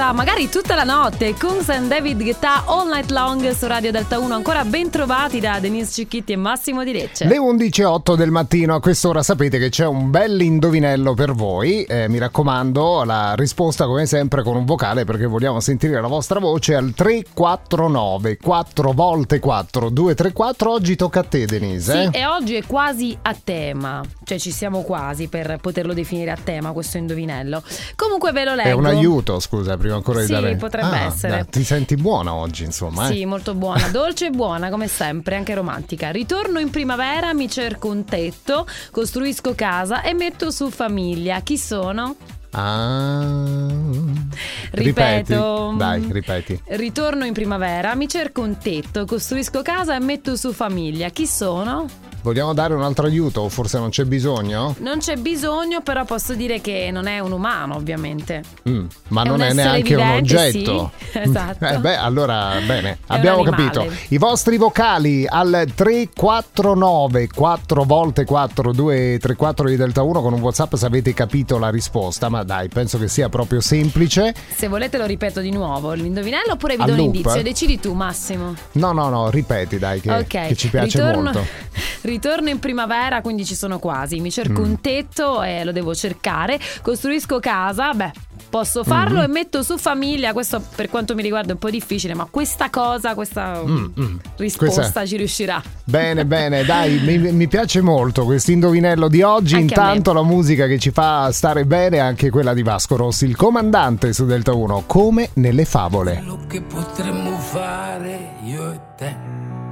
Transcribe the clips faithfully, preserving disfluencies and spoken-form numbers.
passa magari tutta la notte con Sam David Guetta All Night Long su Radio Delta uno. Ancora ben trovati da Denise Cicchitti e Massimo Di Lecce. Le undici e otto del mattino, a quest'ora sapete che c'è un bel indovinello per voi. Eh, mi raccomando, la risposta come sempre con un vocale, perché vogliamo sentire la vostra voce al tre quattro nove quattro volte quattro due tre quattro. Oggi tocca a te, Denise. Sì, eh? e oggi è quasi a tema, cioè ci siamo quasi per poterlo definire a tema questo indovinello. Comunque ve lo leggo. È un aiuto, scusa, prima ancora di sì, dare. Sì, potrebbe ah, essere. Dai, ti senti buona oggi, insomma? Sì, eh? molto buona, dolce e buona come sempre, anche romantica. Ritorno in primavera, mi cerco un tetto, costruisco casa e metto su famiglia. Chi sono? Ah, ripeto, ripeti. Dai, ripeti. Ritorno in primavera, mi cerco un tetto, costruisco casa e metto su famiglia. Chi sono? Vogliamo dare un altro aiuto o forse non c'è bisogno? Non c'è bisogno, però posso dire che non è un umano, ovviamente. Mm, ma è non è neanche evidente, un oggetto. Sì, esatto. Eh beh, allora bene, È abbiamo un animale. capito. I vostri vocali al tre quattro nove quattro volte quattro due tre quattro di Delta uno con un WhatsApp se avete capito la risposta, ma dai, penso che sia proprio semplice. Se volete lo ripeto di nuovo l'indovinello oppure vi Al do un loop? indizio, decidi tu, Massimo. No, no, no, ripeti dai che, Ok, che ci piace ritorno, molto. Ritorno in primavera, quindi ci sono quasi. Mi cerco Mm. un tetto e lo devo cercare. Costruisco casa, beh, posso farlo Mm. e metto su famiglia. Questo per quanto mi riguarda è un po' difficile, ma questa cosa, questa Mm, mm. risposta Questa- ci riuscirà. Bene, bene, dai, mi, mi piace molto questo indovinello di oggi. Anche Intanto la musica che ci fa stare bene è anche quella di Vasco Rossi, il comandante su Delta uno, come nelle favole. Quello che potremmo fare io e te.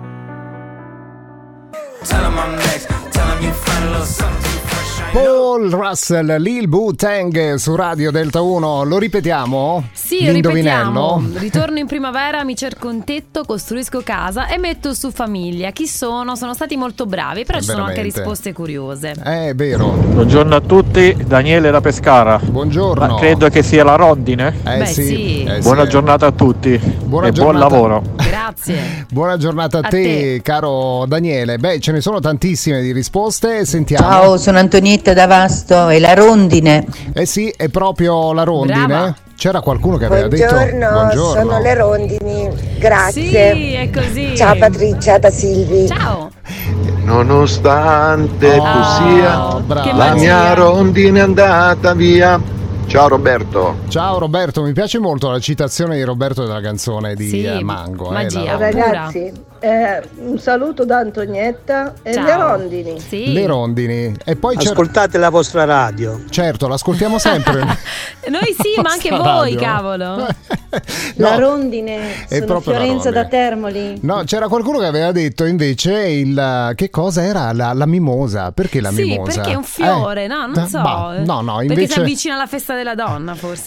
Tell 'em I'm next, tell 'em you find a little something fresh. I know. Paul Russell, Lil Wu Tang su Radio Delta uno, lo ripetiamo? Sì, L'indovinello? ripetiamo. Ritorno in primavera, mi cerco un tetto, costruisco casa e metto su famiglia. Chi sono? Sono stati molto bravi, però ci sono anche Veramente. risposte curiose. Eh, È vero. Buongiorno a tutti, Daniele da Pescara. Buongiorno. Ma credo che sia la rondine. Eh Beh, sì, sì. eh Buona sì. giornata a tutti Buona e giornata. buon lavoro. Grazie. Buona giornata a, A te, te. caro Daniele. Beh, ce ne sono tantissime di risposte, sentiamo. Ciao, sono Antonietta da Vasto e la rondine. Eh sì, è proprio la rondine. Brava. C'era qualcuno che aveva Buongiorno, detto buongiorno. sono le rondini, grazie. Sì, è così. Ciao Patrizia da Silvi. Ciao. Nonostante Oh, tu sia, bravo. che la magia. mia rondine è andata via. Ciao Roberto. Ciao Roberto, mi piace molto la citazione di Roberto della canzone di Sì, eh, Mango. eh, magia. la- Ragazzi, eh, un saluto da Antonietta e Ciao. le rondini. Sì. Le rondini. E poi c'è- Ascoltate la vostra radio. certo, l'ascoltiamo sempre. Noi sì, ma anche Nostra voi, radio. cavolo. La No, rondine, è sono proprio la Fiorenza rondine. da Termoli. No, c'era qualcuno che aveva detto invece il che cosa era la, la mimosa? Perché la Sì, mimosa? perché è un fiore, Eh, no, non so. bah, no, no, Perché si invece avvicina alla festa della donna, forse.